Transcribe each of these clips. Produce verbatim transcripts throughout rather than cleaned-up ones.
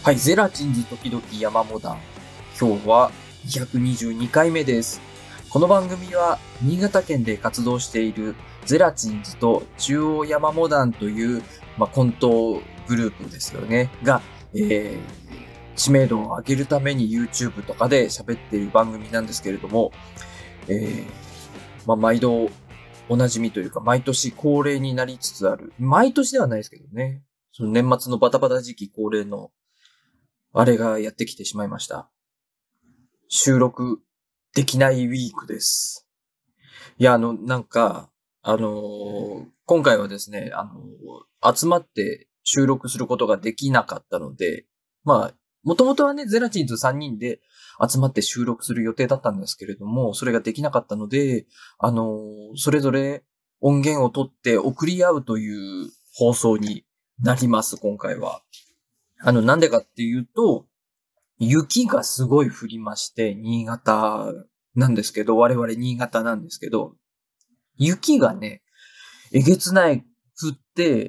はい、ゼラチンズ時々山モダン。今日はにひゃくにじゅうにかいめです。この番組は新潟県で活動しているゼラチンズと中央山モダンという、まあ、コントグループですよね。が、えー、知名度を上げるために YouTube とかで喋っている番組なんですけれども、えーまあ、毎度おなじみというか毎年恒例になりつつある。毎年ではないですけどね。その年末のバタバタ時期恒例のあれがやってきてしまいました。収録できないウィークです。いや、あの、なんか、あのー、今回はですね、あのー、集まって収録することができなかったので、まあ、もともとはね、ゼラチンズさんにんで集まって収録する予定だったんですけれども、それができなかったので、あのー、それぞれ音源を取って送り合うという放送になります、今回は。あの、なんでかっていうと、雪がすごい降りまして、新潟なんですけど、我々新潟なんですけど、雪がね、えげつない降って、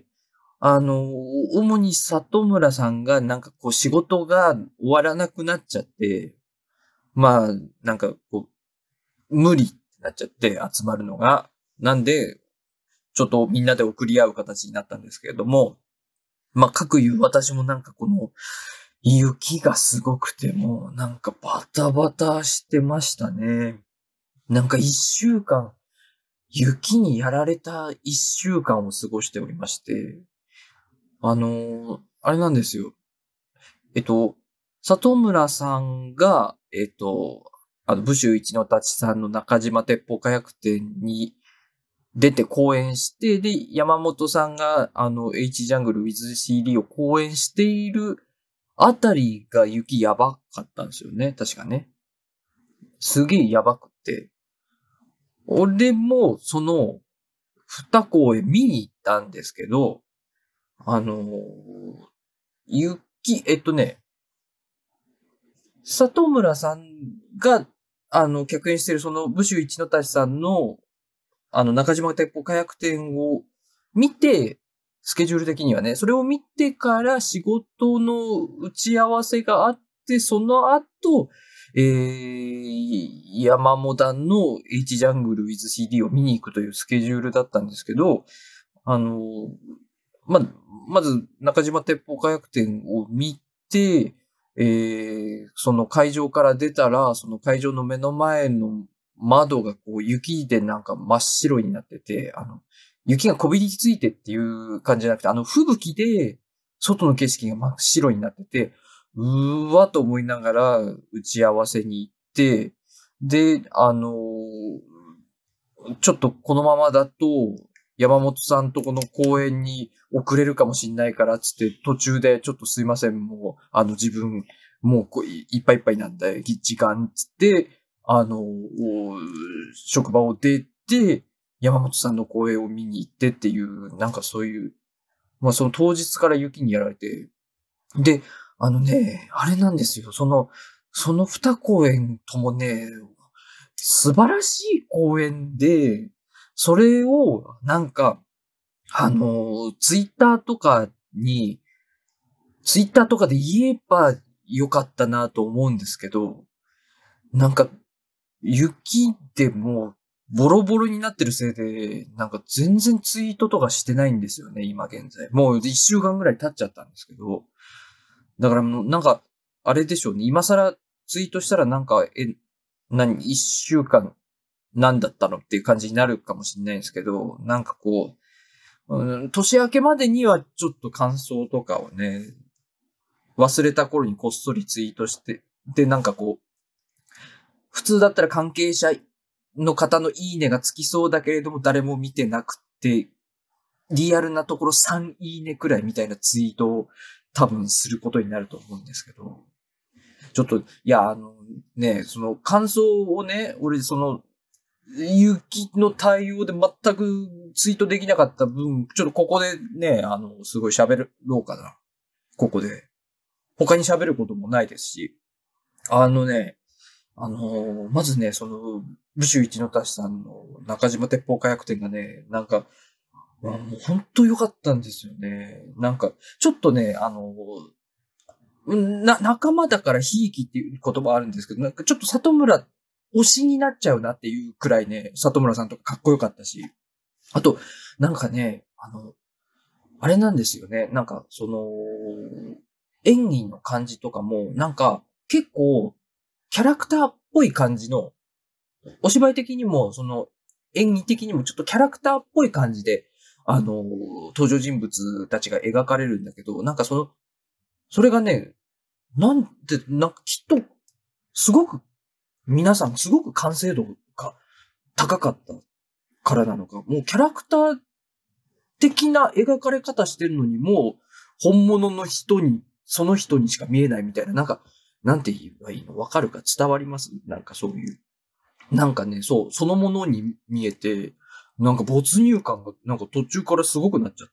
あの、主に里村さんがなんかこう仕事が終わらなくなっちゃって、まあ、なんかこう、無理ってなっちゃって集まるのが、なんで、ちょっとみんなで送り合う形になったんですけれども、まあ、各言う私もなんかこの、雪がすごくてもうなんかバタバタしてましたね。なんか一週間、雪にやられた一週間を過ごしておりまして、あのー、あれなんですよ。えっと、里村さんが、えっと、あの、武州一の立さんの中島鉄砲火薬店に出て講演して、で、山本さんが、あの、H ジャングル with シーディー を講演しているあたりが雪やばかったんですよね。確かね。すげえやばくて。俺もその二公演見に行ったんですけど、あのー、雪、えっとね、里村さんが、あの、客演してるその武州一の太さんの、あの、中島鉄砲火薬店を見て、スケジュール的にはね、それを見てから仕事の打ち合わせがあって、その後、えー、山モダンの H ジャングル with シーディー を見に行くというスケジュールだったんですけど、あの、ま、まず中島鉄砲火薬店を見て、えー、その会場から出たら、その会場の目の前の窓がこう雪でなんか真っ白になってて、あの、雪がこびりついてっていう感じじゃなくて、あの、吹雪で外の景色が真っ白になってて、うーわと思いながら打ち合わせに行って、で、あのー、ちょっとこのままだと、山本さんとこの公演に遅れるかもしんないから、つって途中でちょっとすいません、もう、あの自分、もうこいいっぱいいっぱいなんだよ、時間、つって、あの、職場を出て、山本さんの公演を見に行ってっていう、なんかそういう、まあその当日から雪にやられて、で、あのね、あれなんですよ、その、その二公演ともね、素晴らしい公演で、それを、なんか、あの、ツイッターとかに、ツイッターとかで言えばよかったなと思うんですけど、なんか、雪でもう、ボロボロになってるせいで、なんか全然ツイートとかしてないんですよね、今現在。もう一週間ぐらい経っちゃったんですけど。だからもう、なんか、あれでしょうね。今更ツイートしたらなんか、え、何、一週間何だったのっていう感じになるかもしれないんですけど、なんかこう、うん、年明けまでにはちょっと感想とかをね、忘れた頃にこっそりツイートして、で、なんかこう、普通だったら関係者の方のいいねがつきそうだけれども誰も見てなくて、リアルなところさんいいねくらいみたいなツイートを多分することになると思うんですけど、ちょっと、いや、あのね、その感想をね、俺その、雪の対応で全くツイートできなかった分、ちょっとここでね、あの、すごい喋ろうかな。ここで。他に喋ることもないですし。あのね、あのー、まずね、その、武州一の太さんの中島鉄砲火薬店がね、なんか、もう本当良かったんですよね。なんか、ちょっとね、あのー、 うんな、仲間だからひいきっていう言葉あるんですけど、なんかちょっと里村推しになっちゃうなっていうくらいね、里村さんとかかっこよかったし。あと、なんかね、あの、あれなんですよね。なんか、その、演技の感じとかも、なんか、結構、キャラクターっぽい感じの、お芝居的にも、その、演技的にもちょっとキャラクターっぽい感じで、あの、登場人物たちが描かれるんだけど、なんかその、それがね、なんて、なんかきっと、すごく、皆さんすごく完成度が高かったからなのか、もうキャラクター的な描かれ方してるのにも、本物の人に、その人にしか見えないみたいな、なんか、なんて言えばいいのわかるか伝わりますなんかそういう。なんかね、そう、そのものに見えて、なんか没入感が、なんか途中からすごくなっちゃって、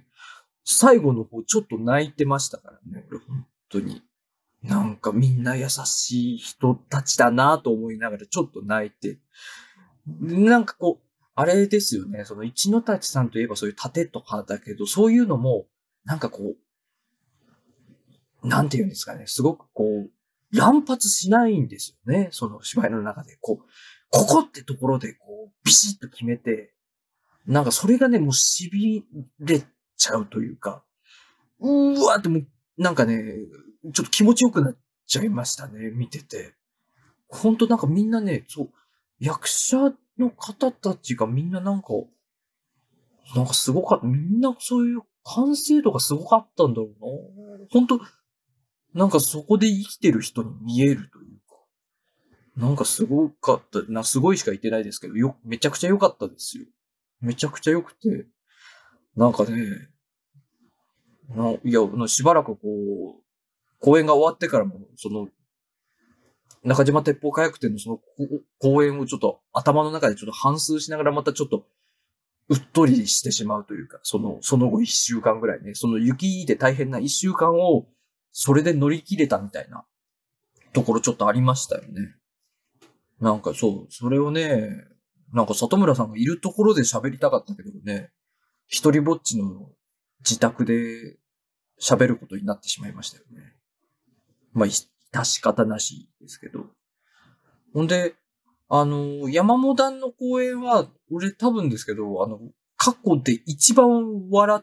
最後の方ちょっと泣いてましたからね、俺本当に。なんかみんな優しい人たちだなと思いながらちょっと泣いて。なんかこう、あれですよね、その一ノ立さんといえばそういう盾とかだけど、そういうのも、なんかこう、なんて言うんですかね、すごくこう、乱発しないんですよね、その芝居の中で。こう、ここってところでこう、ビシッと決めて、なんかそれがね、もう痺れちゃうというか、うーわーってもう、なんかね、ちょっと気持ちよくなっちゃいましたね、見てて。ほんとなんかみんなね、そう、役者の方たちがみんななんか、なんかすごかった。みんなそういう完成度がすごかったんだろうな。ほんと、なんかそこで生きてる人に見えるというか。なんかすごかった。な、すごいしか言ってないですけど、よ、めちゃくちゃ良かったですよ。めちゃくちゃ良くて。なんかね、な、いや、しばらくこう、公演が終わってからも、その、中島鉄砲火薬店のその公演をちょっと頭の中でちょっと反芻しながらまたちょっとうっとりしてしまうというか、その、その後一週間ぐらいね、その雪で大変な一週間をそれで乗り切れたみたいなところちょっとありましたよね。なんかそう、それをね、なんか里村さんがいるところで喋りたかったけどね、一人ぼっちの自宅で喋ることになってしまいましたよね。まあ、致し方なしですけど。ほんで、あの、山モダンの公演は、俺多分ですけど、あの、過去で一番笑って、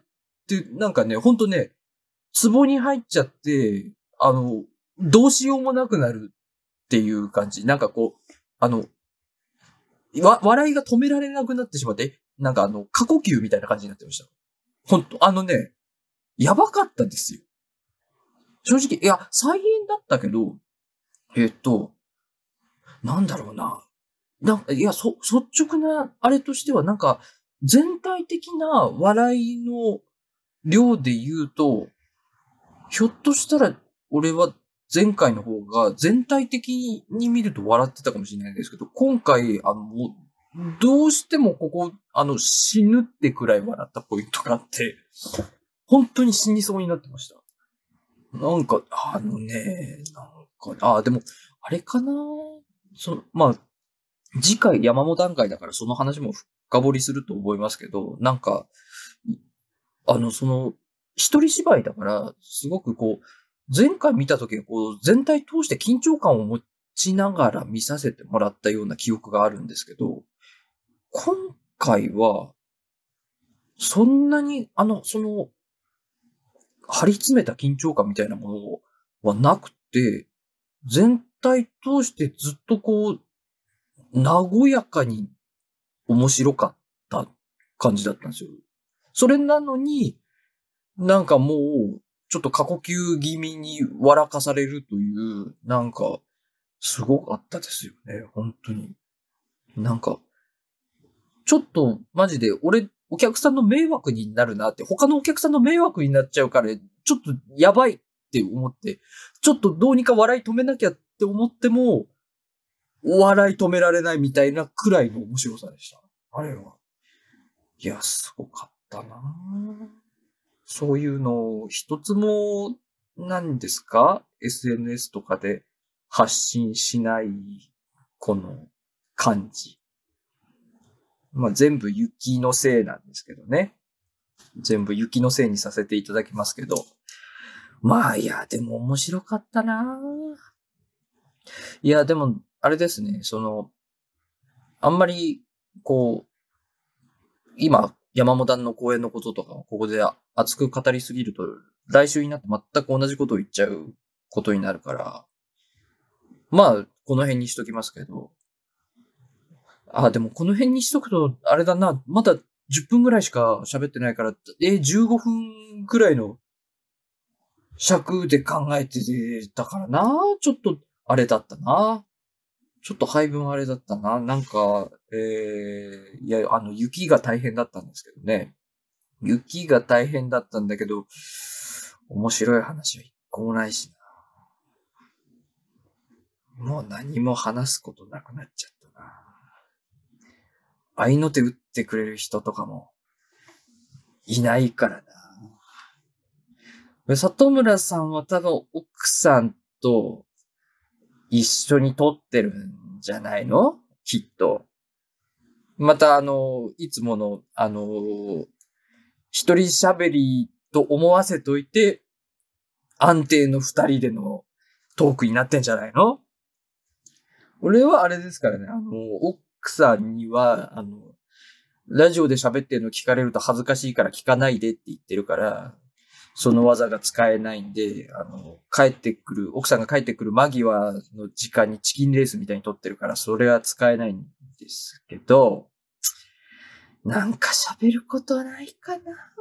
なんかね、ほんとね、壺に入っちゃって、あの、どうしようもなくなるっていう感じ。なんかこう、あの、わ、笑いが止められなくなってしまって、なんかあの、過呼吸みたいな感じになってました。ほんと、あのね、やばかったですよ。正直、いや、再演だったけど、えっと、なんだろうな。なんか、いや、そ、率直な、あれとしては、なんか、全体的な笑いの量で言うと、ひょっとしたら、俺は前回の方が全体的に見ると笑ってたかもしれないんですけど、今回、あの、もうどうしてもここ、あの、死ぬってくらい笑ったポイントがあって、本当に死にそうになってました。なんか、あのね、なんか、あ、でも、あれかなその、まあ、次回山本段階だからその話も深掘りすると思いますけど、なんか、あの、その、一人芝居だから、すごくこう、前回見た時はこう、全体通して緊張感を持ちながら見させてもらったような記憶があるんですけど、今回は、そんなに、あの、その、張り詰めた緊張感みたいなものはなくて、全体通してずっとこう、和やかに面白かった感じだったんですよ。それなのに、なんかもう、ちょっと過呼吸気味に笑かされるという、なんか、すごかったですよね、本当に。なんか、ちょっと、マジで、俺、お客さんの迷惑になるなって、他のお客さんの迷惑になっちゃうから、ちょっとやばいって思って、ちょっとどうにか笑い止めなきゃって思っても、笑い止められないみたいなくらいの面白さでした。あれは。いや、すごかったなぁそういうのを一つも、何ですか ?エスエヌエス とかで発信しない、この感じ。まあ全部雪のせいなんですけどね。全部雪のせいにさせていただきますけど。 まあ、いや、でも面白かったな。いや、でも、あれですね、その、あんまり、こう、今、山モダンの公演のこととかをここで熱く語りすぎると、来週になって全く同じことを言っちゃうことになるから、まあ、この辺にしときますけど、あ、でもこの辺にしとくと、あれだな、まだじゅっぷんぐらいしか喋ってないから、え、じゅうごふんくらいの尺で考えてたからな、ちょっと、あれだったな。ちょっと配分あれだったな。なんか、えー、いや、あの、雪が大変だったんですけどね。雪が大変だったんだけど、面白い話は一個もないしな。もう何も話すことなくなっちゃったな。合いの手打ってくれる人とかもいないからな。里村さんは多分奥さんと一緒に撮ってるんじゃないの？きっと。またあの、いつもの、あの、一人喋りと思わせといて、安定の二人でのトークになってんじゃないの？俺はあれですからね、あの、奥さんには、あの、ラジオで喋ってるの聞かれると恥ずかしいから聞かないでって言ってるから、その技が使えないんで、あの、帰ってくる、奥さんが帰ってくる間際の時間にチキンレースみたいに撮ってるから、それは使えないんですけど、なんか喋ることはないかな。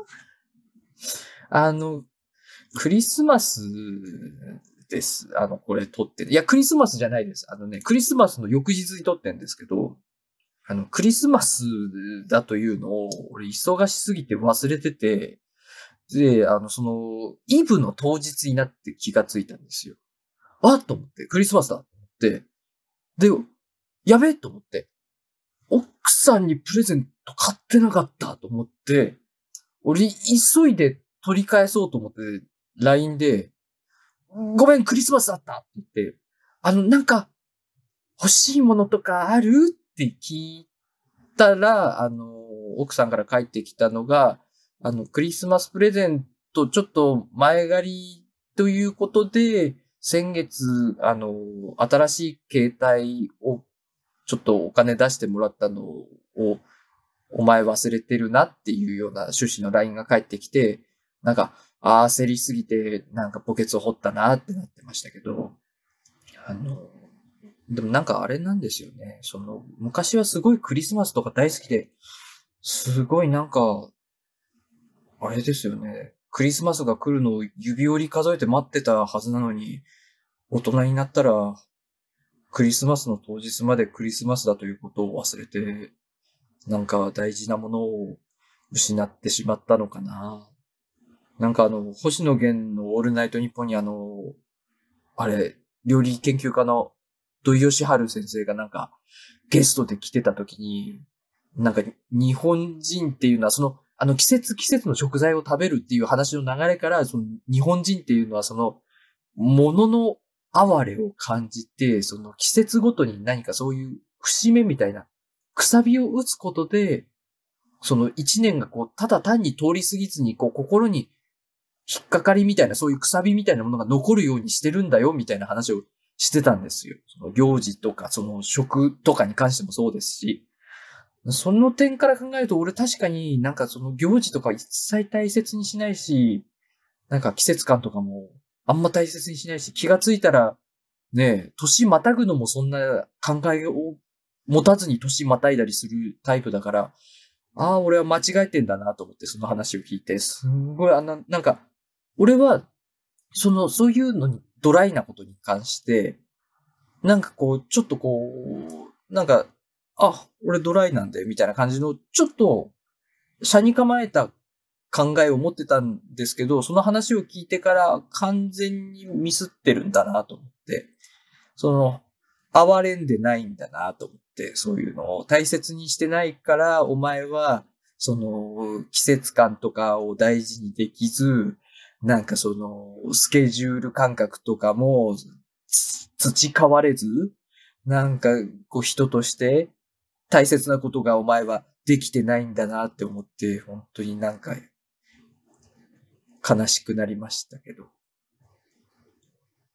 あの、クリスマスです。あの、これ撮ってる。いや、クリスマスじゃないです。あのね、クリスマスの翌日に撮ってるんですけど、あの、クリスマスだというのを、俺忙しすぎて忘れてて、で、あの、その、イブの当日になって気がついたんですよ。あっと思って、クリスマスだと思って、で、やべえと思って、奥さんにプレゼント買ってなかったと思って、俺、急いで取り返そうと思って、ライン で、ごめん、クリスマスだったって言って、あの、なんか、欲しいものとかあるって聞いたら、あの、奥さんから帰ってきたのが、あの、クリスマスプレゼントちょっと前借りということで、先月、あの、新しい携帯をちょっとお金出してもらったのを、お前忘れてるなっていうような趣旨の ライン が返ってきて、なんか、焦りすぎて、なんかポケツを掘ったなってなってましたけど、あの、でもなんかあれなんですよね。その、昔はすごいクリスマスとか大好きで、すごいなんか、あれですよね。クリスマスが来るのを指折り数えて待ってたはずなのに、大人になったら、クリスマスの当日までクリスマスだということを忘れて、なんか大事なものを失ってしまったのかな。なんかあの、星野源のオールナイトニッポンにあの、あれ、料理研究家の土井善晴先生がなんかゲストで来てた時に、なんか日本人っていうのはその、あの季節季節の食材を食べるっていう話の流れから、その日本人っていうのはその、ものの哀れを感じて、その季節ごとに何かそういう節目みたいな、くさびを打つことで、その一年がこう、ただ単に通り過ぎずに、こう、心に引っかかりみたいな、そういうくさびみたいなものが残るようにしてるんだよ、みたいな話をしてたんですよ。その行事とか、その食とかに関してもそうですし。その点から考えると、俺確かになんかその行事とか一切大切にしないし、なんか季節感とかもあんま大切にしないし、気がついたら、ね、年またぐのもそんな考えを持たずに年またいだりするタイプだから、ああ、俺は間違えてんだなと思って、その話を聞いて、すんごい、あんな、なんか、俺は、その、そういうのに、ドライなことに関して、なんかこう、ちょっとこう、なんか、あ、俺ドライなんで、みたいな感じの、ちょっと、車に構えた考えを持ってたんですけど、その話を聞いてから完全にミスってるんだなと思って、その、哀れんでないんだなと思って、そういうのを大切にしてないから、お前は、その、季節感とかを大事にできず、なんかその、スケジュール感覚とかも、培われず、なんか、こう人として大切なことがお前はできてないんだなって思って、本当になんか悲しくなりましたけど。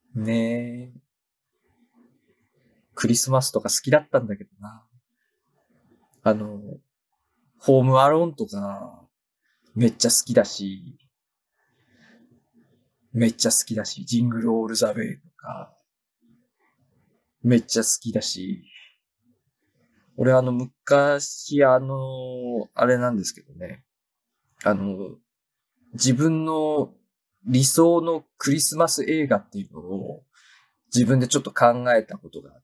ねえ。クリスマスとか好きだったんだけどな。あの、ホームアローンとか、めっちゃ好きだし、めっちゃ好きだし、ジングルオールザウェイとか、めっちゃ好きだし、俺あの、昔あの、あれなんですけどね。あの、自分の理想のクリスマス映画っていうのを自分でちょっと考えたことがあって、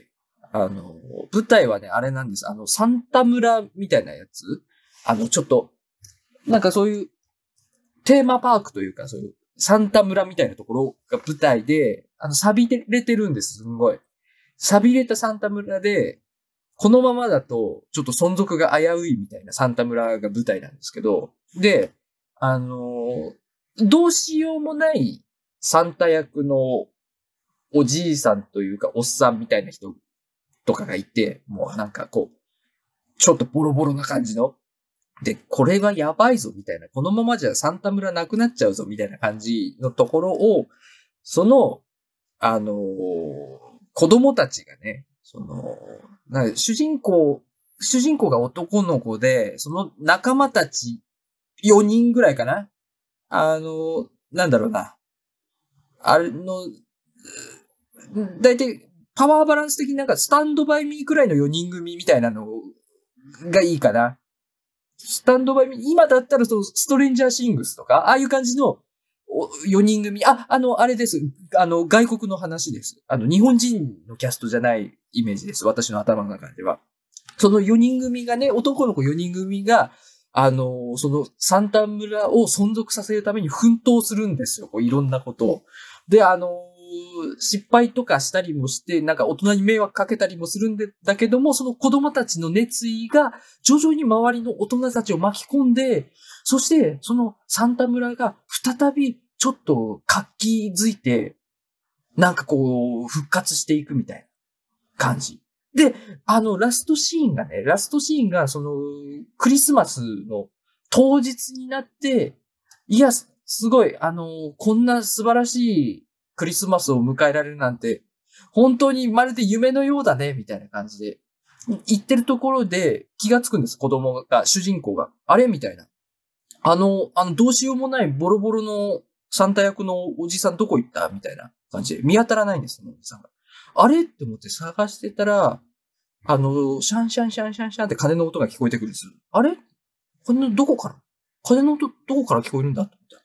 あの、舞台はね、あれなんです。あの、サンタ村みたいなやつあの、ちょっと、なんかそういうテーマパークというか、そういうサンタ村みたいなところが舞台で、あの、錆びれてるんです、すんごい。錆びれたサンタ村で、このままだと、ちょっと存続が危ういみたいなサンタ村が舞台なんですけど、で、あの、どうしようもないサンタ役のおじいさんというか、おっさんみたいな人とかがいて、もうなんかこう、ちょっとボロボロな感じの。で、これはやばいぞみたいな、このままじゃサンタ村なくなっちゃうぞみたいな感じのところを、その、あのー子供たちがね、その、なんか主人公、主人公が男の子で、その仲間たちよにんぐらいかなあの、なんだろうな。あれの、だいたいパワーバランス的になんかスタンドバイミーくらいのよにん組みたいなのがいいかな。スタンドバイミー、今だったらそのストレンジャーシングスとか、ああいう感じのよにん組、あ、あの、あれです。あの、外国の話です。あの、日本人のキャストじゃないイメージです。私の頭の中では。そのよにん組がね、男の子よにん組が、あの、そのサンタ村を存続させるために奮闘するんですよ。こういろんなことを。で、あの、失敗とかしたりもして、なんか大人に迷惑かけたりもするんで、だけども、その子供たちの熱意が徐々に周りの大人たちを巻き込んで、そして、そのサンタ村が再びちょっと活気づいて、なんかこう、復活していくみたいな感じ。で、あの、ラストシーンがね、ラストシーンが、その、クリスマスの当日になって、いや、すごい、あの、こんな素晴らしいクリスマスを迎えられるなんて、本当にまるで夢のようだね、みたいな感じで、言ってるところで気がつくんです、子供が、主人公が。あれみたいな。あの、あの、どうしようもないボロボロのサンタ役のおじさんどこ行ったみたいな感じで見当たらないんです、おじさんが。あれって思って探してたら、あの、シャンシャンシャンシャンシャンって鐘の音が聞こえてくるんです。あれこのどこから鐘の音どこから聞こえるんだって思った。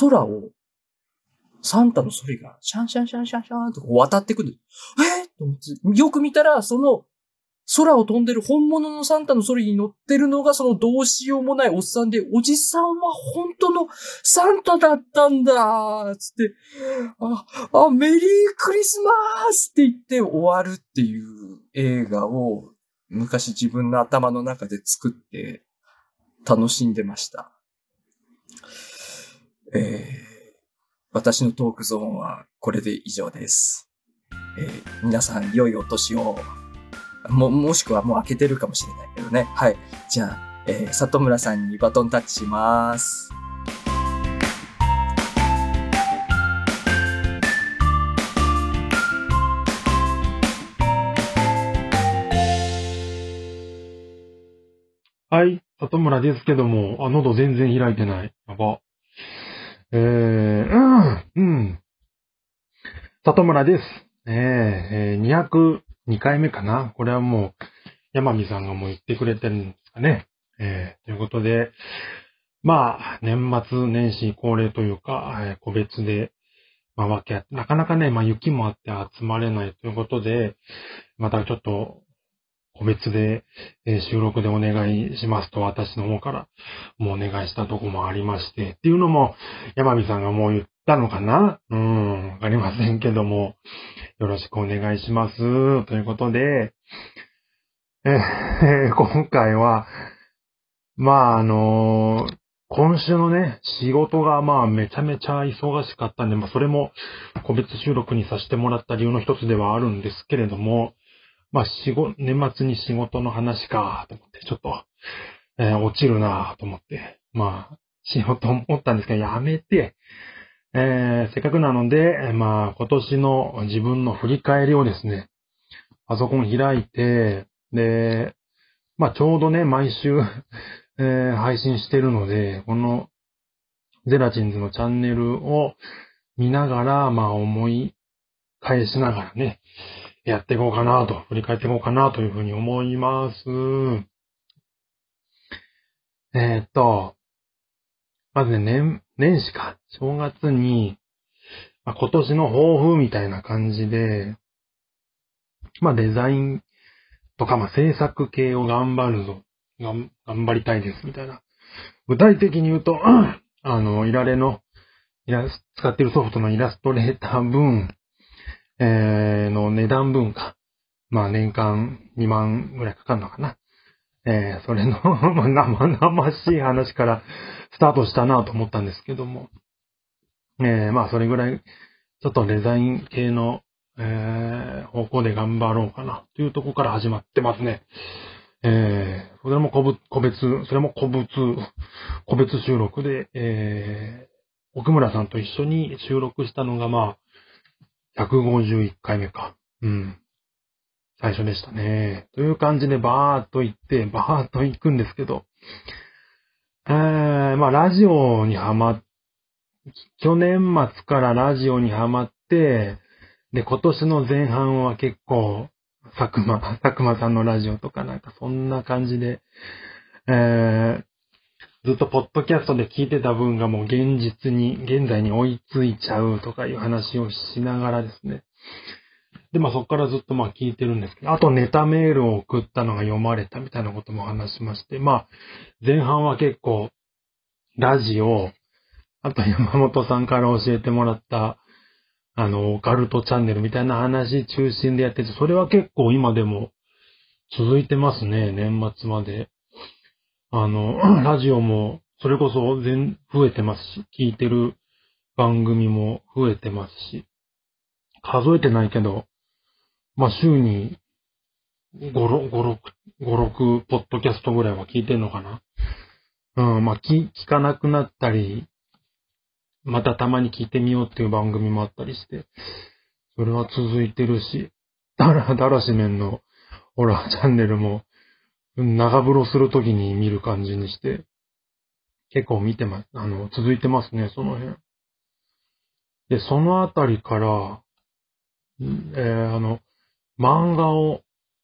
空を、サンタのソリがシャンシャンシャンシャンシャンってこう渡ってくる。えー、と思って、よく見たら、その、空を飛んでる本物のサンタのソリに乗ってるのがそのどうしようもないおっさんで、おじさんは本当のサンタだったんだつって、あ、あ、メリークリスマスって言って終わるっていう映画を昔自分の頭の中で作って楽しんでました。えー、私のトークゾーンはこれで以上です。えー、皆さん良いお年を。も、もしくはもう開けてるかもしれないけどね。はい。じゃあ、えー、里村さんにバトンタッチします。 はい、里村ですけども、あ、喉全然開いてない。やば。えー、うん、うん。里村です。えー、えー、にひゃくにかいめかな。これはもう、山美さんがもう言ってくれてるんですかね。えー、ということで、まあ、年末年始恒例というか、えー、個別で、まあ、分け合って、なかなかね、まあ、雪もあって集まれないということで、またちょっと、個別で、えー、収録でお願いしますと私の方からもうお願いしたとこもありまして、っていうのも山美さんがもう言ったのかなうーん、わかりませんけども、よろしくお願いします。ということで、えー、今回は、まああのー、今週のね、仕事がまあめちゃめちゃ忙しかったんで、まあそれも個別収録にさせてもらった理由の一つではあるんですけれども、まあ、仕事、年末に仕事の話か、と思って、ちょっと、えー、落ちるなと思って、まあ、しようと思ったんですけど、やめて、 えー、せっかくなので、まあ、今年の自分の振り返りをですね、パソコン開いて、で、まあ、ちょうどね、毎週、えー、配信してるので、このゼラチンズのチャンネルを見ながら、まあ、思い返しながらね、やっていこうかなと、振り返っていこうかなというふうに思います。えー、っと、まずね、年、年始か、正月に、まあ、今年の抱負みたいな感じで、まあ、デザインとか、まあ、制作系を頑張るぞ、がん頑張りたいですみたいな。具体的に言うと、あの、いられの、イラス使っているソフトのイラストレーター分、えー、の値段分か。まあ、年間にまんぐらいかかるのかな。えー、それの、まあ、生々しい話からスタートしたなと思ったんですけども。えー、まあ、それぐらい、ちょっとデザイン系の、えー、方向で頑張ろうかな、というところから始まってますね。えー、それも個別、個別、それも個別、個別収録で、えー、奥村さんと一緒に収録したのが、まあ、ひゃくごじゅういっかいめか。うん。最初でしたね。という感じでバーっと行って、バーっと行くんですけど、えー、まあ、ラジオにハマっ、去年末からラジオにハマって、で、今年の前半は結構、佐久間、佐久間さんのラジオとかなんかそんな感じで、えー、ずっとポッドキャストで聞いてた分がもう現実に、現在に追いついちゃうとかいう話をしながらですね。で、まあそこからずっとまあ聞いてるんですけど、あとネタメールを送ったのが読まれたみたいなことも話しまして、まあ前半は結構ラジオ、あと山本さんから教えてもらったあのオカルトチャンネルみたいな話中心でやってて、それは結構今でも続いてますね、年末まで。あの、ラジオもそれこそ全増えてますし、聞いてる番組も増えてますし、数えてないけど、まあ週にご、ろく、ご、ろくポッドキャストぐらいは聞いてんのかな。うん、まあ聞、聞かなくなったり、またたまに聞いてみようっていう番組もあったりして、それは続いてるし、だら、だらしめんのホラーチャンネルも、長風呂するときに見る感じにして、結構見てます。あの、続いてますね、その辺。で、そのあたりから、えー、あの、漫画を、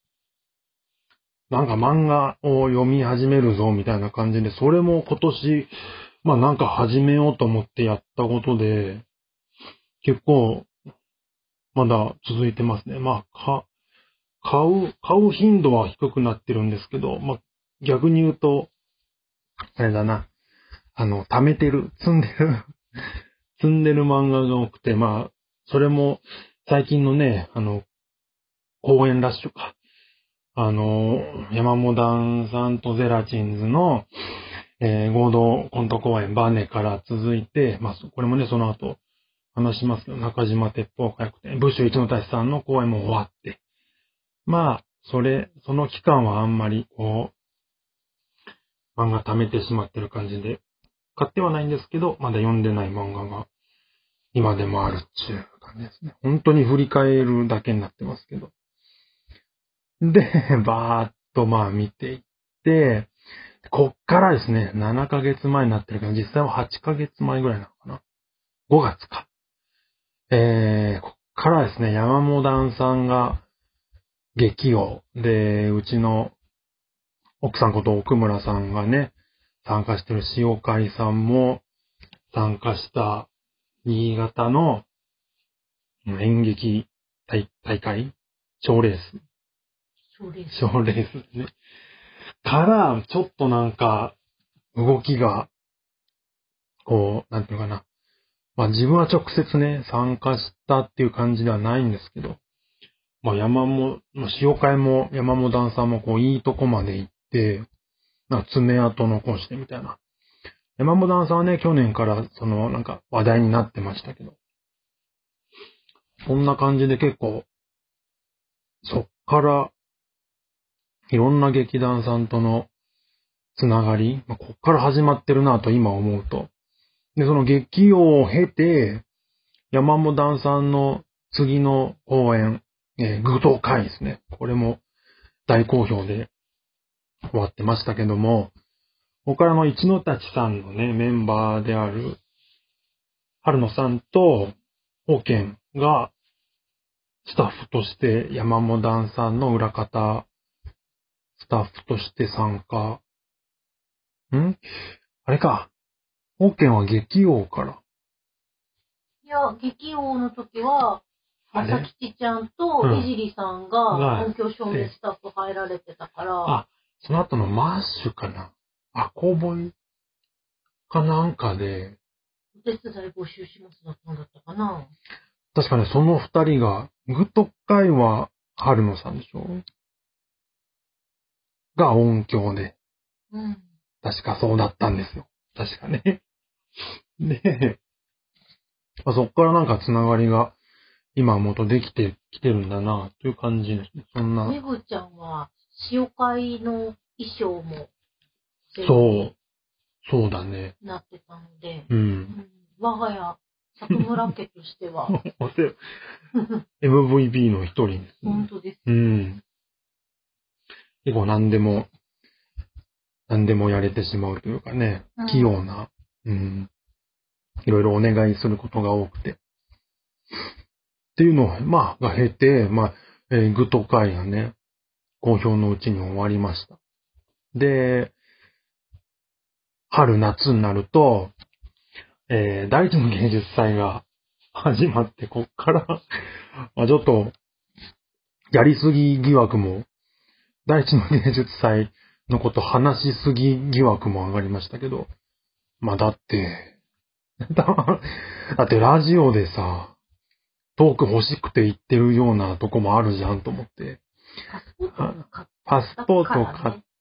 なんか漫画を読み始めるぞみたいな感じで、それも今年、まあなんか始めようと思ってやったことで、結構、まだ続いてますね。まあ、か、買う、買う頻度は低くなってるんですけど、まあ逆に言うと、あれだな、あの、貯めてる、積んでる、積んでる漫画が多くて、まあ、それも最近のね、あの、公演ラッシュか。あの、山モダンさんとゼラチンズの、えー合同コント公演バネから続いて、まあ、そこれもね、その後話しますけど、中島鉄砲火薬店、ブッシュ一の大志さんの公演も終わって、まあ、それ、その期間はあんまり、こう、漫画貯めてしまってる感じで、買ってはないんですけど、まだ読んでない漫画が今でもあるっていう感じですね。本当に振り返るだけになってますけど。で、バーっとまあ見ていって、こっからですね、ななかげつまえになってるけど、実際ははちかげつまえぐらいなのかな。ごがつか。えー、こっからですね、山モダンさんが劇を、で、うちの奥さんこと奥村さんがね、参加してる塩海さんも参加した新潟の演劇大大会賞レース。 賞レース。 賞レースですね。から、ちょっとなんか、動きが、こう、なんていうのかな。まあ自分は直接ね、参加したっていう感じではないんですけど、まあ山も、まあ、塩会も山も段さんもこういいとこまで行って、なんか爪痕残してみたいな。山も段さんはね、去年からそのなんか話題になってましたけど、そんな感じで結構、そっから、いろんな劇団さんとのつながり、まあ、こっから始まってるなと今思うと。 で、その劇王を経て、山モダンさんの次の公演、えー、舞踏会ですね。これも大好評で終わってましたけども、ここからの一ノ立さんのね、メンバーである、春野さんと、オケンが、スタッフとして山モダンさんの裏方、スタッフとして参加。んあれか。オケンは劇王から。 いや、劇王の時は、朝吉ちゃんといじりさんが音響照明スタッフ入られてたから。 あ、その後のマッシュかな。あ、コーボイかなんかで。 お手伝い募集しますだったんだったかな。 確かね、その二人が、グッド会は春野さんでしょが音響で。 うん。 確かそうだったんですよ。確かね。で、まあ、そっからなんかつながりが今もとできてきてるんだなという感じですね。そんな。 めぐちゃんは塩会の衣装もそう。そうだね。 なってたので、 うん。うん、 我が家、作村家としては。 エムブイピー の一人です、ね。 本当です。 うん。結構何でも、何でもやれてしまうというかね、器用な、うん。いろいろお願いすることが多くて。っていうのを、まあ、が経て、まあ、えー、グッド会がね、好評のうちに終わりました。で、春夏になると、えー、第一の芸術祭が始まって、こっから、まあ、ちょっと、やりすぎ疑惑も、第一の芸術祭のこと話しすぎ疑惑も上がりましたけど、まあだって、だってラジオでさ、トーク欲しくて言ってるようなとこもあるじゃんと思って。パスポートを買って、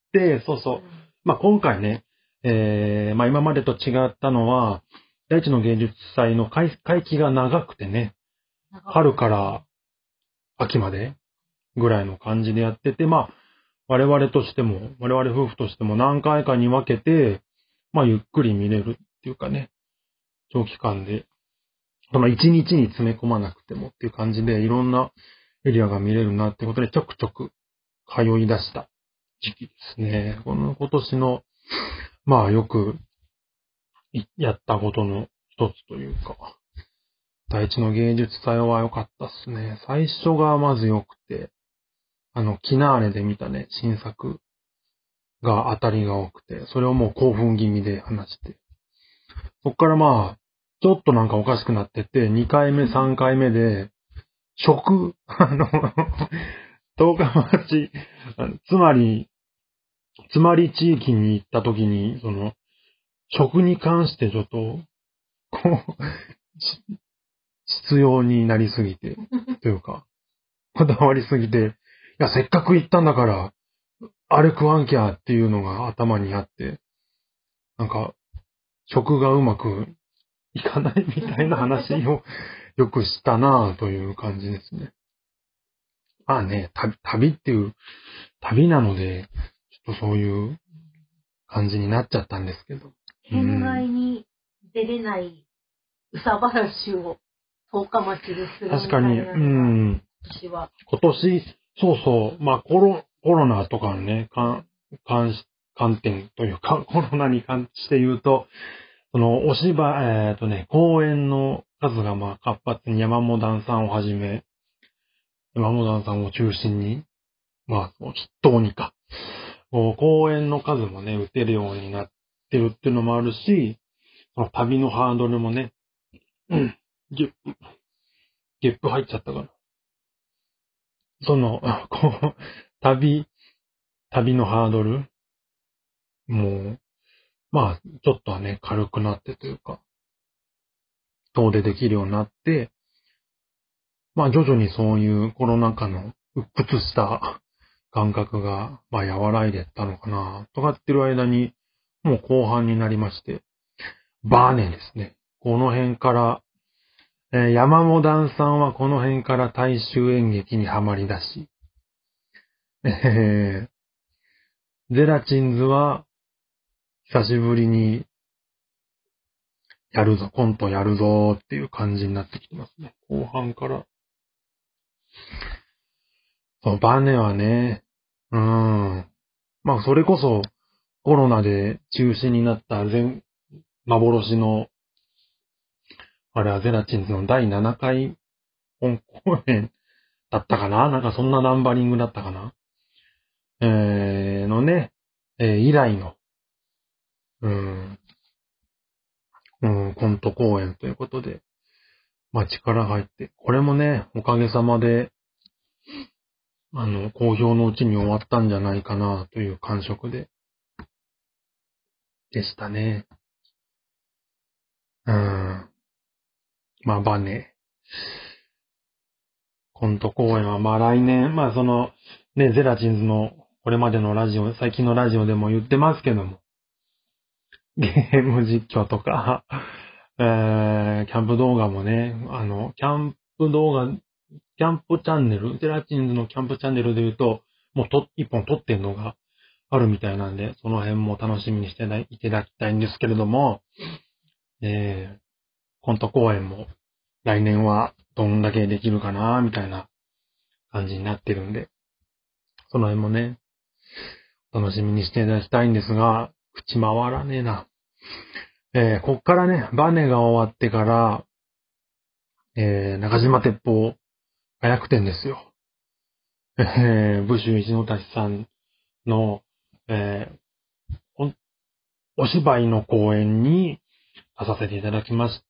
そうそう。まあ今回ね、えー、まあ今までと違ったのは、第一の芸術祭の会期が長くてね、春から秋までぐらいの感じでやってて、まあ我々としても、我々夫婦としても何回かに分けて、まあゆっくり見れるっていうかね、長期間で、その一日に詰め込まなくてもっていう感じで、いろんなエリアが見れるなってことで、ちょくちょく通い出した時期ですね。この今年の、まあよくやったことの一つというか、第一の芸術祭は良かったっすね。最初がまず良くて、あの、キナーレで見たね、新作が当たりが多くて、それをもう興奮気味で話して。そっからまあ、ちょっとなんかおかしくなってて、にかいめ、さんかいめで、食、あの、十日町、つまり、つまり地域に行った時に、その、食に関してちょっと、こう、必要になりすぎて、というか、こだわりすぎて、いや、せっかく行ったんだから、あれ食わんきゃっていうのが頭にあって、なんか、食がうまくいかないみたいな話をよくしたなぁという感じですね。まあね、旅、旅っていう、旅なので、ちょっとそういう感じになっちゃったんですけど。 県外に出れないうさばらしを十日町でするみたいなのが。 確かに、うん。 私は。 今年、そうそう、まあコロ、コロナとかのね、関、関、観点というか、コロナに関して言うと、その、お芝居、えっとね、公演の数がまあ活発に山モダンさんをはじめ、山モダンさんを中心に、まあ、筆頭にか、こう公演の数もね、打てるようになってるっていうのもあるし、その旅のハードルもね、うん、ゲップ、ゲップ入っちゃったから。その、こう、旅、旅のハードルもう、まあ、ちょっとはね、軽くなってというか、遠出できるようになって、まあ徐々にそういうコロナ禍の鬱屈した感覚が、まあ和らいでったのかな、とかってる間に、もう後半になりまして、バーネですね。この辺から、えー、山モダンさんはこの辺から大衆演劇にはまり出し、えー、ゼラチンズは久しぶりにやるぞ、コントやるぞっていう感じになってきてますね。後半から。そう、バネはね、うーん。まあ、それこそ、コロナで中止になった全、幻の、あれはゼラチンズのだいななかい本公演だったかな、なんかそんなナンバリングだったかなえー、のね、えー、以来の、うん、うん、コント公演ということで、まあ力入って、これもね、おかげさまで、あの、好評のうちに終わったんじゃないかなという感触で、でしたね。うん。まあ、バネ。コント公演は、まあ来年、まあその、ね、ゼラチンズのこれまでのラジオ、最近のラジオでも言ってますけども、ゲーム実況とか、えー、キャンプ動画もね、あの、キャンプ動画、キャンプチャンネル、ゼラチンズのキャンプチャンネルで言うと、もうと、一本撮ってんのがあるみたいなんで、その辺も楽しみにしていただきたいんですけれども、えー、コント公演も来年はどんだけできるかな、みたいな感じになってるんで、その辺もね、楽しみにしていただきたいんですが、口回らねえな。えー、こっからね、バネが終わってから、えー、中島鉄砲火薬店ですよ。えー、武州一の太さんの、えー、お、お芝居の公演に出させていただきまして、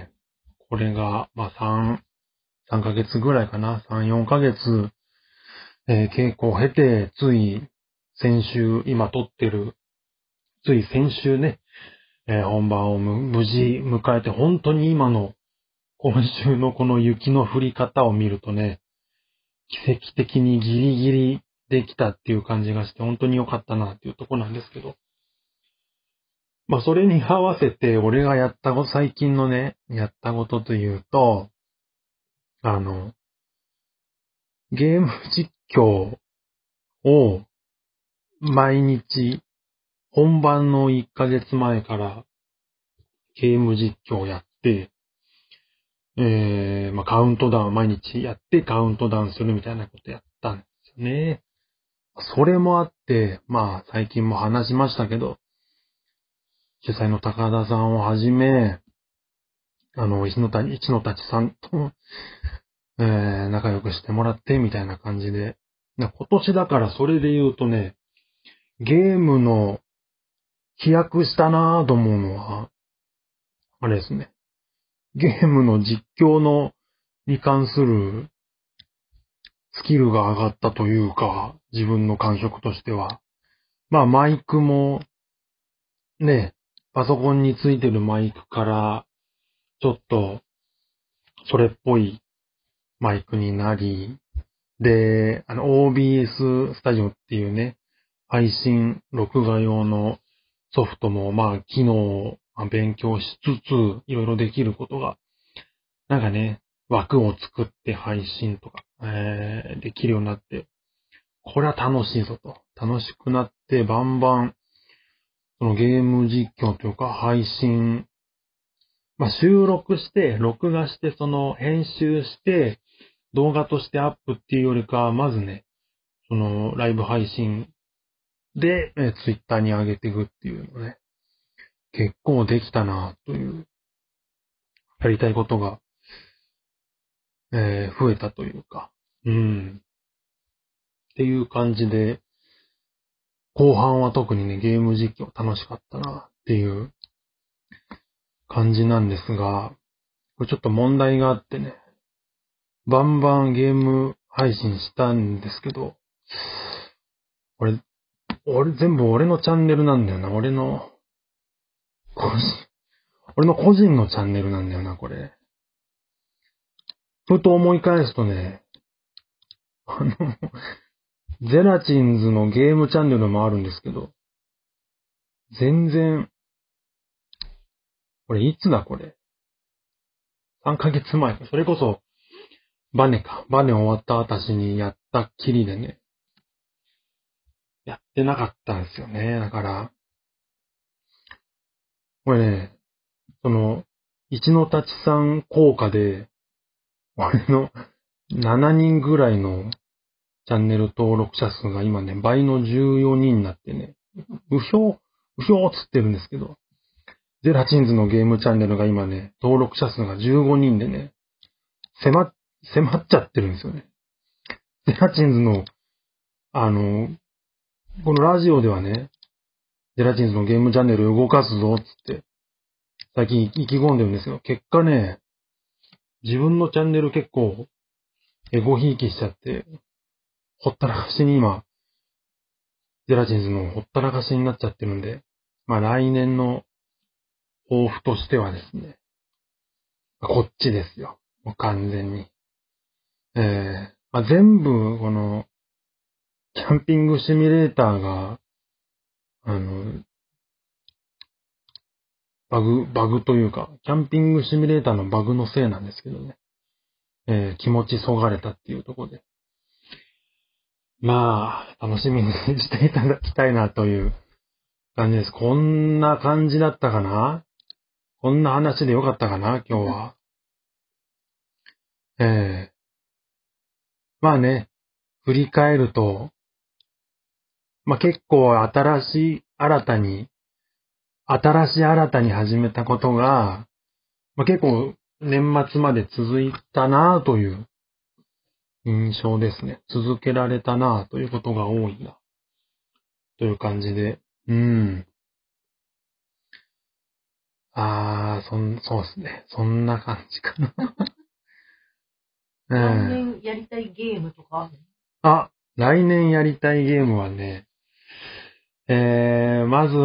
これが、まあ、3、さんかげつぐらいかな、さん、よんかげつ、えー、稽古を経て、つい先週、今撮ってる、つい先週ね、えー、本番を無事迎えて、本当に今の、今週のこの雪の降り方を見るとね、奇跡的にギリギリできたっていう感じがして、本当に良かったなっていうとこなんですけど。まあ、それに合わせて、俺がやったこと、最近のね、やったことというと、あの、ゲーム実況を毎日、本番のいっかげつまえからゲーム実況をやって、えー、まあ、カウントダウン、毎日やってカウントダウンするみたいなことやったんですよね。それもあって、まあ、最近も話しましたけど、主催の高田さんをはじめ、あの、石野た一野たちさんと、えー、仲良くしてもらって、みたいな感じで。今年だからそれで言うとね、ゲームの飛躍したなぁと思うのは、あれですね。ゲームの実況の、に関するスキルが上がったというか、自分の感触としては。まあ、マイクも、ね、パソコンについてるマイクから、ちょっと、それっぽいマイクになり、で、あの、オービーエス スタジオっていうね、配信、録画用のソフトも、まあ、機能を勉強しつつ、いろいろできることが、なんかね、枠を作って配信とか、えー、できるようになって、これは楽しいぞと。楽しくなって、バンバン、そのゲーム実況というか、配信、まあ、収録して、録画して、その編集して、動画としてアップっていうよりか、まずね、そのライブ配信で、えツイッターに上げていくっていうのね、結構できたなという、やりたいことが、えー、増えたというか、うん。っていう感じで、後半は特にね、ゲーム実況楽しかったなっていう感じなんですが、これちょっと問題があってね、バンバンゲーム配信したんですけど、俺、俺全部俺のチャンネルなんだよな、俺の、個人、俺の個人のチャンネルなんだよな、これ。ふと思い返すとね、あの、ゼラチンズのゲームチャンネルもあるんですけど、全然、これいつだこれ。さんかげつまえか。それこそ、バネか。バネ終わった私にやったっきりでね、やってなかったんですよね。だから、これね、 その、一の立ちさん効果で、俺のしちにんぐらいのチャンネル登録者数が今ね、倍のじゅうよにんになってね、うひょう、うひょーつってるんですけど、ゼラチンズのゲームチャンネルが今ね、登録者数がじゅうごにんでね、迫、迫っちゃってるんですよね。ゼラチンズの、あの、このラジオではね、ゼラチンズのゲームチャンネル動かすぞ、つって、最近意気込んでるんですよ。結果ね、自分のチャンネル結構、エゴひいきしちゃって、ほったらかしに今、ゼラチンズのほったらかしになっちゃってるんで、まあ来年の抱負としてはですね、こっちですよ。もう完全に。えーまあ、全部、この、キャンピングシミュレーターが、あの、バグ、バグというか、キャンピングシミュレーターのバグのせいなんですけどね。えー、気持ちそがれたっていうところで。まあ、楽しみにしていただきたいなという感じです。こんな感じだったかな？こんな話でよかったかな今日は。えー、まあね、振り返ると、まあ結構新しい、新たに、新しい新たに始めたことが、まあ結構年末まで続いたなという印象ですね。続けられたなということが多いな。という感じで。うん。あー、そん、そうですね。そんな感じかな。 来年やりたいゲームとかある？ あ、来年やりたいゲームはね、えー、まず、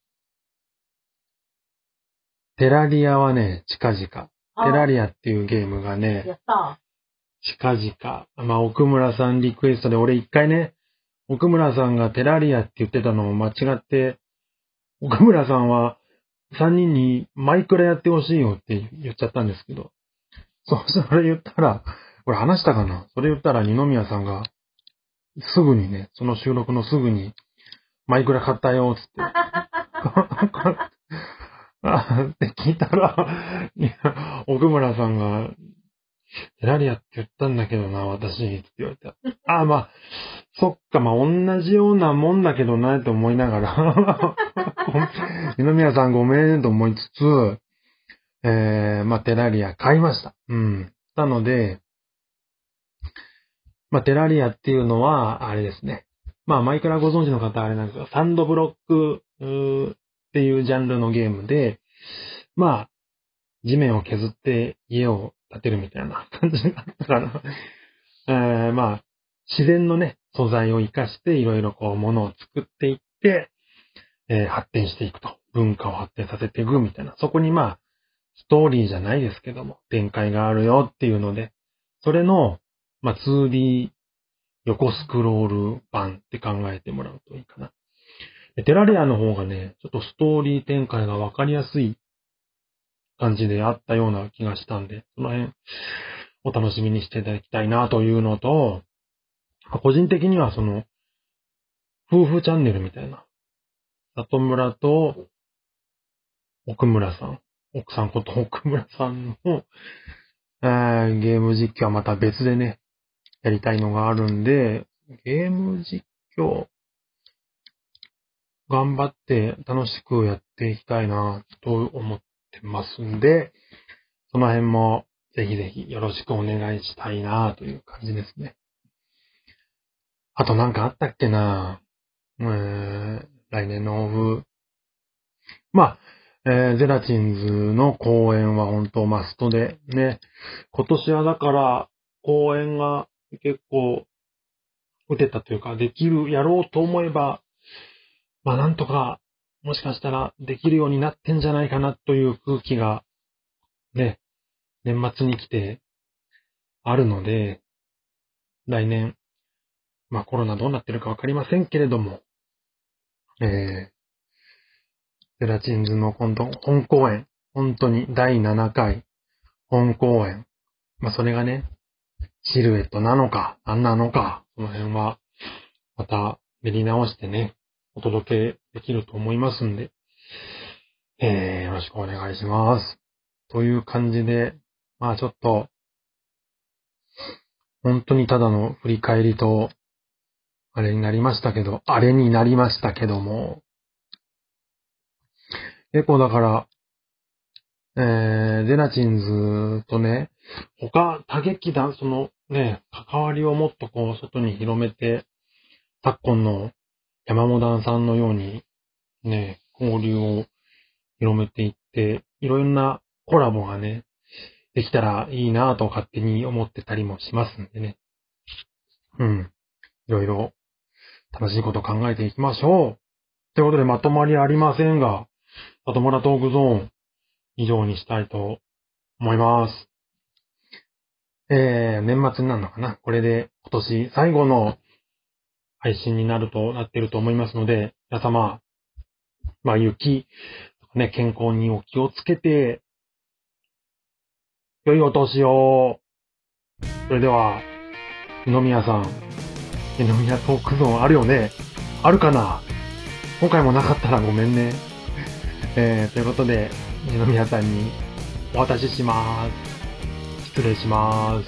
テラリアはね、近々。テラリアっていうゲームがね、 やった近々。まあ、奥村さんリクエストで、俺一回ね、奥村さんがテラリアって言ってたのを間違って、奥村さんはさんにんにマイクラやってほしいよって言っちゃったんですけど、そう、それ言ったら、これ話したかな？それ言ったら二宮さんが、すぐにね、その収録のすぐに、マイクラ買ったよ、つって。あって聞いたら、いや、奥村さんが、テラリアって言ったんだけどな、私、って言われた。あ、まあ、そっか、まあ、同じようなもんだけどな、と思いながら、二宮さんごめんと思いつつ、えー、まあ、テラリア買いました。うん。なので、まあ、テラリアっていうのは、あれですね。まあ、マイクラご存知の方はあれなんですが、サンドブロックっていうジャンルのゲームで、まあ、地面を削って家を建てるみたいな感じだったかな。えー、まあ、自然のね、素材を活かしていろいろこう物を作っていって、えー、発展していくと。文化を発展させていくみたいな。そこにまあ、ストーリーじゃないですけども、展開があるよっていうので、それの、まあ、ツーディー 横スクロール版って考えてもらうといいかな。でテラリアの方がね、ちょっとストーリー展開がわかりやすい感じであったような気がしたんで、その辺お楽しみにしていただきたいなというのと、個人的にはその、夫婦チャンネルみたいな、里村と奥村さん、奥さんこと奥村さんの、えー、ゲーム実況はまた別でね、やりたいのがあるんで、ゲーム実況、頑張って楽しくやっていきたいなと思ってますんで、その辺もぜひぜひよろしくお願いしたいなという感じですね。あとなんかあったっけなえー、来年の抱負。まあ、えー、ゼラチンズの公演は本当マストでね、今年はだから公演が結構打てたというか、できる、やろうと思えば、まあなんとか、もしかしたらできるようになってんじゃないかなという空気が、ね、年末に来てあるので、来年、まあコロナどうなってるかわかりませんけれども、えー、ゼラチンズの今度、本公演、本当にだいななかい本公演、まあそれがね、シルエットなのか、何なのか、その辺は、また練り直してね、お届けできると思いますんで、 えー、よろしくお願いします。という感じで、まあちょっと、本当にただの振り返りと、あれになりましたけど、あれになりましたけども、結構だから、えー、ゼラチンズとね、他、他劇団、そのね、関わりをもっとこう、外に広めて、昨今の山モダンさんのように、ね、交流を広めていって、いろんなコラボがね、できたらいいなぁと勝手に思ってたりもしますんでね。うん。いろいろ楽しいことを考えていきましょう。ということでまとまりありませんが、里村トークゾーン以上にしたいと思います。えー、年末になるのかな？これで今年最後の配信になるとなっていると思いますので、皆様、まあ雪、ね、健康にお気をつけて、良いお年を。それでは、二宮さん、二宮トークゾーンあるよね？あるかな？今回もなかったらごめんね。えー、ということで、二宮さんにお渡しします。失礼します。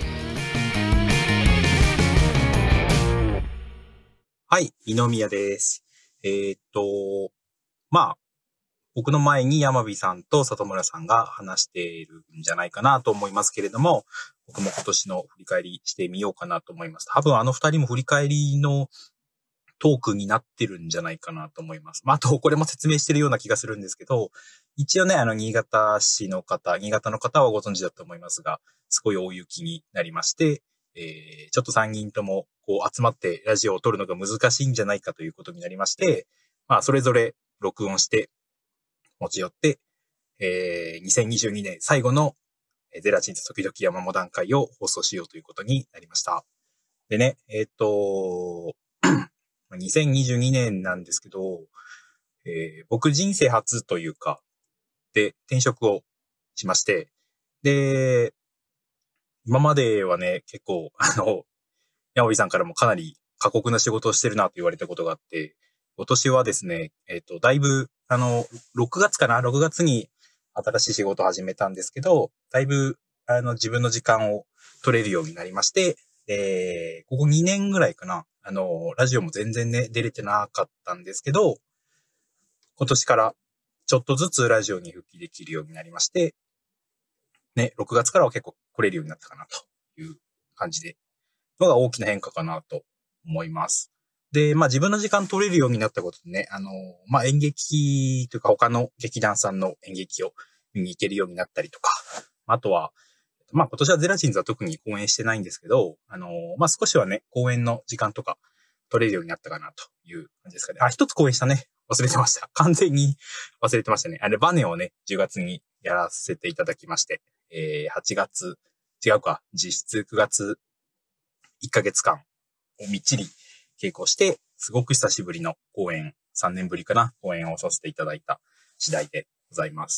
はい、二宮です。えー、っと、まあ、僕の前に山火さんと里村さんが話しているんじゃないかなと思いますけれども、僕も今年の振り返りしてみようかなと思います。多分あの二人も振り返りのトークになってるんじゃないかなと思います。まあ、あとこれも説明してるような気がするんですけど、一応ね、あの、新潟市の方、新潟の方はご存知だと思いますが、すごい大雪になりまして、えー、ちょっとさんにんともこう集まってラジオを撮るのが難しいんじゃないかということになりまして、まあ、それぞれ録音して、持ち寄って、えー、にせんにじゅうにねん最後のゼラチンと時々山モダン会を放送しようということになりました。でね、えっと、にせんにじゅうにねんなんですけど、えー、僕人生初というか、で、転職をしまして、で、今まではね、結構、あの、山火さんからもかなり過酷な仕事をしてるなと言われたことがあって、今年はですね、えっと、だいぶ、あの、ろくがつかな ?ろく 月に新しい仕事を始めたんですけど、だいぶ、あの、自分の時間を取れるようになりまして、で、ここにねんぐらいかな、あの、ラジオも全然ね、出れてなかったんですけど、今年からちょっとずつラジオに復帰できるようになりまして、ね、ろくがつからは結構来れるようになったかなという感じで、のが大きな変化かなと思います。で、まあ自分の時間取れるようになったことでね、あの、まあ演劇というか他の劇団さんの演劇を見に行けるようになったりとか、あとは、まあ今年はゼラチンズは特に公演してないんですけど、あの、まあ少しはね、公演の時間とか取れるようになったかなという感じですかね。あ、一つ公演したね。忘れてました。完全に忘れてましたね。あれ、バネをね、じゅうがつにやらせていただきまして、えー、はちがつ、違うか、実質くがついっかげつかんをみっちり稽古して、すごく久しぶりの公演、さんねんぶりかな、公演をさせていただいた次第でございます。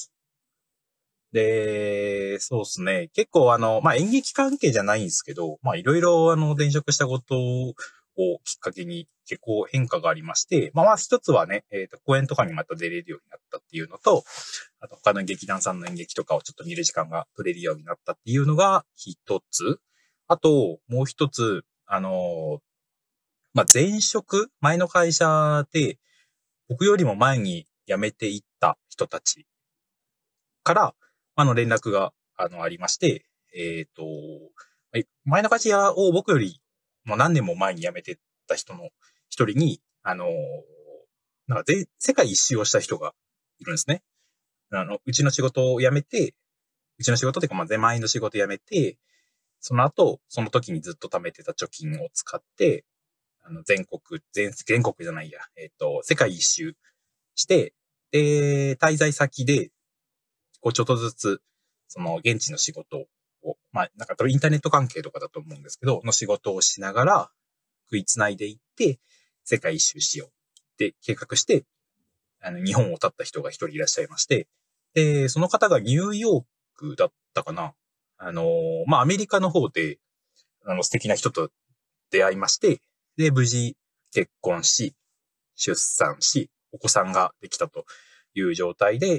で、そうですね。結構あの、まあ、演劇関係じゃないんですけど、まあ、いろいろあの、転職したことをきっかけに結構変化がありまして、まあ、まあ、一つはね、えっと、公演とかにまた出れるようになったっていうのと、あと他の劇団さんの演劇とかをちょっと見る時間が取れるようになったっていうのが一つ。あと、もう一つ、あの、まあ、前職、前の会社で、僕よりも前に辞めていった人たちから、あの、連絡が、あの、ありまして、えっと、前の会社を僕よりもう何年も前に辞めてった人の一人に、あの、なんかで、世界一周をした人がいるんですね。あの、うちの仕事を辞めて、うちの仕事っていうか、まあ、前の仕事を辞めて、その後、その時にずっと貯めてた貯金を使って、あの、全国、全、全国じゃないや、えっと、世界一周して、で、滞在先で、こう、ちょっとずつ、その、現地の仕事を、まあ、なんか、インターネット関係とかだと思うんですけど、の仕事をしながら、食いつないでいって、世界一周しようって計画して、あの、日本を経った人が一人いらっしゃいまして、で、その方がニューヨークだったかな。あの、まあ、アメリカの方で、あの、素敵な人と出会いまして、で、無事結婚し、出産し、お子さんができたという状態で、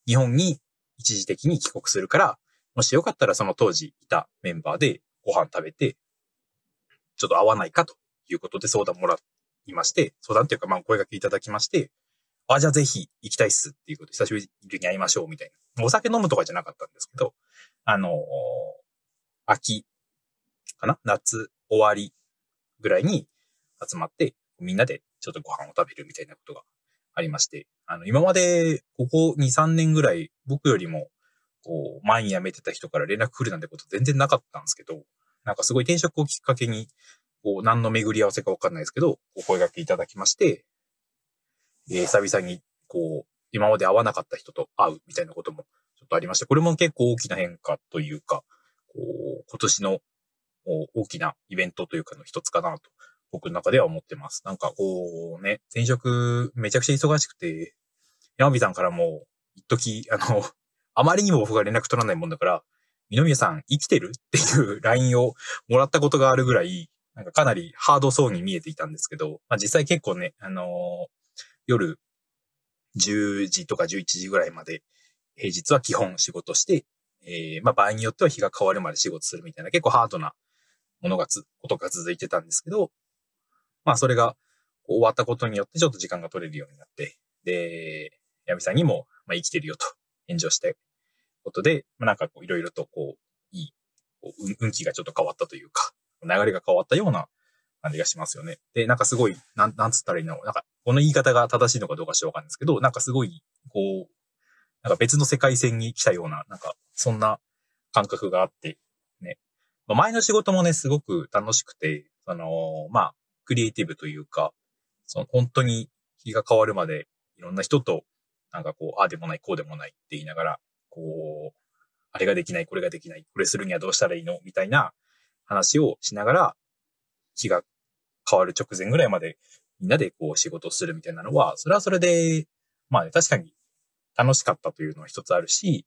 日本に一時的に帰国するから、もしよかったらその当時いたメンバーでご飯食べて、ちょっと会わないかということで相談もらいまして、相談というかまあ声掛けいただきまして、あ、じゃあぜひ行きたいっすっていうことで久しぶりに会いましょうみたいな。お酒飲むとかじゃなかったんですけど、あのー、秋かな夏終わりぐらいに集まって、みんなでちょっとご飯を食べるみたいなことがありまして、あの、今までここに、さんねんぐらい僕よりも、こう、前に辞めてた人から連絡来るなんてこと全然なかったんですけど、なんかすごい転職をきっかけに、こう、何の巡り合わせかわかんないですけど、お声掛けいただきまして、えー、久々に、こう、今まで会わなかった人と会うみたいなこともちょっとありまして、これも結構大きな変化というか、こう、今年の大きなイベントというかの一つかなと、僕の中では思ってます。なんかこうね、転職めちゃくちゃ忙しくて、山火さんからも、一時あの、あまりにも僕が連絡取らないもんだから、二宮さん生きてるっていう ライン をもらったことがあるぐらい、なんかかなりハードそうに見えていたんですけど、まあ実際結構ね、あのー、夜じゅうじとかじゅういちじぐらいまで、平日は基本仕事して、えー、まあ場合によっては日が変わるまで仕事するみたいな結構ハードなものがつ、ことが続いてたんですけど、まあそれが終わったことによってちょっと時間が取れるようになって、で、ヤミさんにも、まあ、生きてるよと返事をしてことで、まあ、なんかこういろいろとこう、いい、こう運気がちょっと変わったというか、流れが変わったような感じがしますよね。で、なんかすごい、なん、なんつったらいいの、なんかこの言い方が正しいのかどうかちょっとわかんないですけど、なんかすごい、こう、なんか別の世界線に来たような、なんかそんな感覚があって、ね。まあ、前の仕事もね、すごく楽しくて、その、まあ、クリエイティブというか、その本当に日が変わるまでいろんな人となんかこう、ああでもない、こうでもないって言いながら、こう、あれができない、これができない、これするにはどうしたらいいのみたいな話をしながら、日が変わる直前ぐらいまでみんなでこう仕事をするみたいなのは、それはそれで、まあね、確かに楽しかったというのは一つあるし、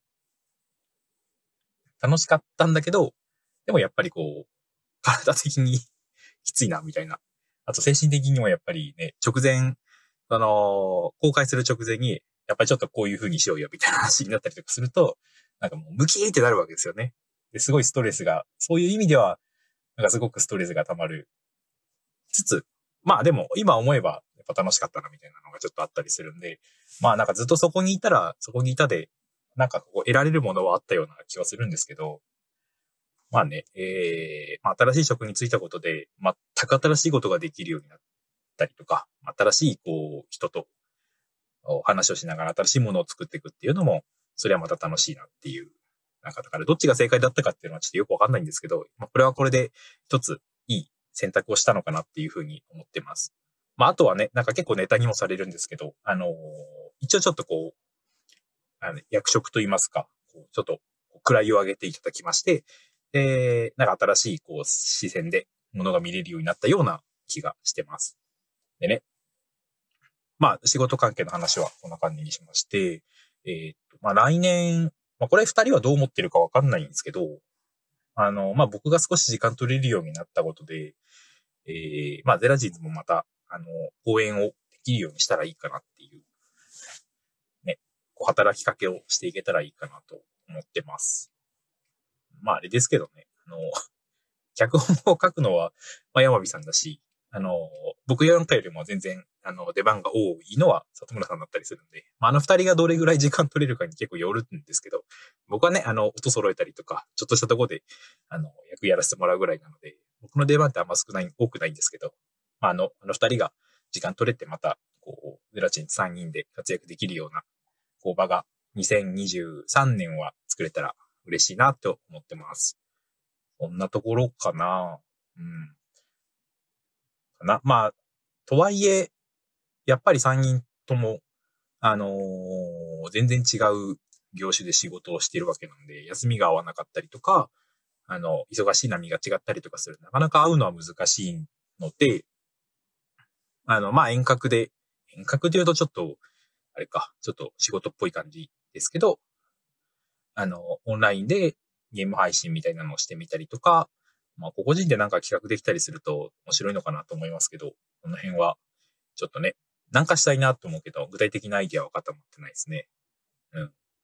楽しかったんだけど、でもやっぱりこう、体的にきついな、みたいな。あと精神的にもやっぱりね、直前、あの、公開する直前に、やっぱりちょっとこういう風にしようよ、みたいな話になったりとかすると、なんかもうムキーってなるわけですよね。ですごいストレスが、そういう意味では、なんかすごくストレスが溜まるつつ、まあでも今思えばやっぱ楽しかったなみたいなのがちょっとあったりするんで、まあなんかずっとそこにいたら、そこにいたで、なんかこう得られるものはあったような気はするんですけど、まあね、えー、まあ新しい職に就いたことで、全く新しいことができるようになったりとか、新しいこう人と話をしながら新しいものを作っていくっていうのも、それはまた楽しいなっていう。なんかだからどっちが正解だったかっていうのはちょっとよくわかんないんですけど、まあこれはこれで一ついい選択をしたのかなっていうふうに思ってます。まああとはね、なんか結構ネタにもされるんですけど、あのー、一応ちょっとこう、あの役職といいますか、こうちょっと位を上げていただきまして、で、なんか新しいこう視線でものが見れるようになったような気がしてます。でね、まあ仕事関係の話はこんな感じにしまして、えー、っと、まあ来年、まあこれ二人はどう思ってるかわかんないんですけど、あの、まあ僕が少し時間取れるようになったことで、えー、まあゼラジーズもまた、あの、講演をできるようにしたらいいかなっていう、ね、こう働きかけをしていけたらいいかなと思ってます。まああれですけどね、あの、脚本を書くのは、まあ山火さんだし、あの、僕なんかよりも全然、あの、出番が多いのは里村さんだったりするんで、まあ、あの二人がどれぐらい時間取れるかに結構よるんですけど、僕はね、あの、音揃えたりとか、ちょっとしたところで、あの、役やらせてもらうぐらいなので、僕の出番ってあんま少ない、多くないんですけど、まあ、あの、あの二人が時間取れてまた、こう、ゼラチンさんにんで活躍できるような、こう、場がにせんにじゅうさんねんは作れたら嬉しいなと思ってます。こんなところかな。うん。な。まあ、とはいえ、やっぱりさんにんとも、あのー、全然違う業種で仕事をしているわけなんで、休みが合わなかったりとか、あの、忙しい波が違ったりとかする。なかなか会うのは難しいので、あの、まあ、遠隔で、遠隔で言うとちょっと、あれか、ちょっと仕事っぽい感じですけど、あの、オンラインでゲーム配信みたいなのをしてみたりとか、まあ、個々人でなんか企画できたりすると面白いのかなと思いますけど、この辺は、ちょっとね、なんかしたいなと思うけど、具体的なアイディアは固まってないですね。うん。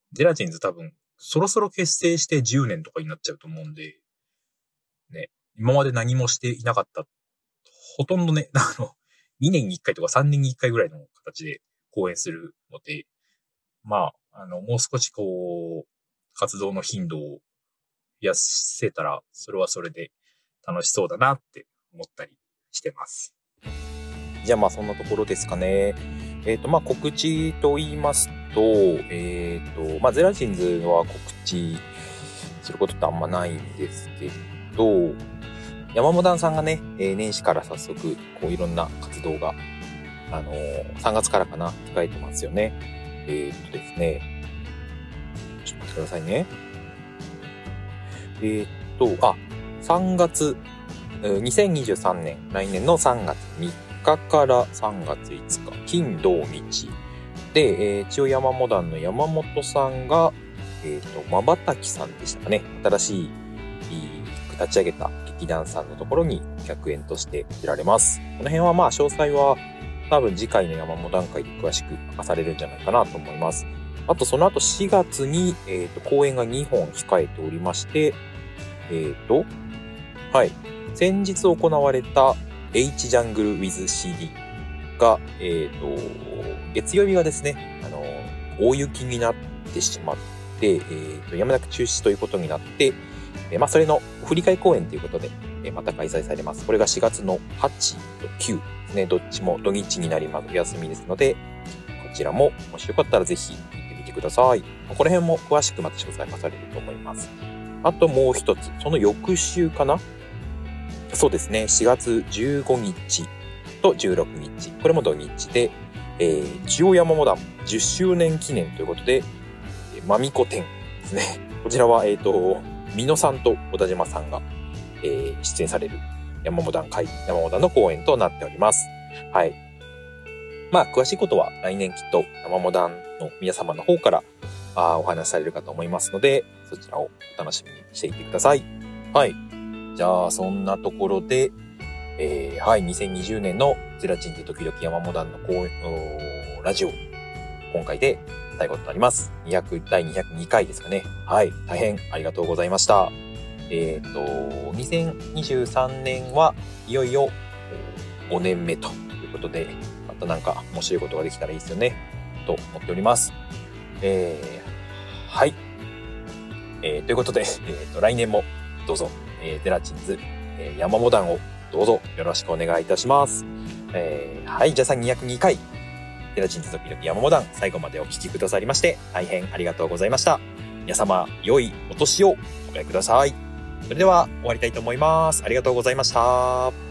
ゼラチンズ多分、そろそろ結成してじゅうねんとかになっちゃうと思うんで、ね、今まで何もしていなかった、ほとんどね、あの、にねんにいっかいとかさんねんにいっかいぐらいの形で公演するので、まあ、あの、もう少しこう、活動の頻度を増やせたら、それはそれで楽しそうだなって思ったりしてます。じゃあまあそんなところですかね。えっと、まあ告知と言いますと、えっと、まあゼラチンズは告知することってあんまないんですけど、山モダンさんがね、えー、年始から早速、こういろんな活動が、あのー、さんがつからかな、控えてますよね。えー、っとですね、ちょっと待ってくださいね。えー、っと、あ、さんがつ、にせんにじゅうさんねん、来年のさんがつみっかからさんがついつか、金土日で、えー、千代山モダンの山本さんが、えー、っと、まばたきさんでしたかね。新しい、立ち上げた劇団さんのところに客演として出られます。この辺はまあ詳細は多分次回の山本段階で詳しく明かされるんじゃないかなと思います。あとその後しがつに、えっと、公演がにほん控えておりまして、えっと、はい。先日行われた H ジャングル with シーディー が、えっと、月曜日がですね、あの、大雪になってしまって、えっと、やむなく中止ということになって、えまあ、それの振り替え公演ということで、えまた開催されます。これがしがつのはちとくですね。どっちも土日になります。お休みですので、こちらももしよかったらぜひ見てみてください。この辺も詳しくまた詳細化されると思います。あともう一つ、その翌週かな？そうですね。しがつじゅうごにちとじゅうろくにち。これも土日で、えー、千代山モダンじゅっしゅうねん記念ということで、まみこ展ですね。こちらは、えっと、美濃さんと小田島さんが、えー、出演される山モダン会、山モダンの公演となっております。はい。まあ、詳しいことは来年きっと山モダンの皆様の方からあお話しされるかと思いますので、そちらをお楽しみにしていてください。はい。じゃあ、そんなところで、えー、はい、にせんにじゅうねんのゼラチンズ時々山モダンの公演、ラジオ、今回で最後となります。にひゃくだいにひゃくにかいですかね。はい。大変ありがとうございました。えっと、にせんにじゅうさんねんはいよいよごねんめということで、またなんか面白いことができたらいいですよね。と思っております。えー、はい。えー、ということで、えーと、来年もどうぞ、えー、ゼラチンズ、えー、山モダンをどうぞよろしくお願いいたします。えー、はい。じゃあさんにひゃくにかい。ゼラチンズ時々山モダン、最後までお聞きくださりまして、大変ありがとうございました。皆様、良いお年をお迎えください。それでは終わりたいと思います。ありがとうございました。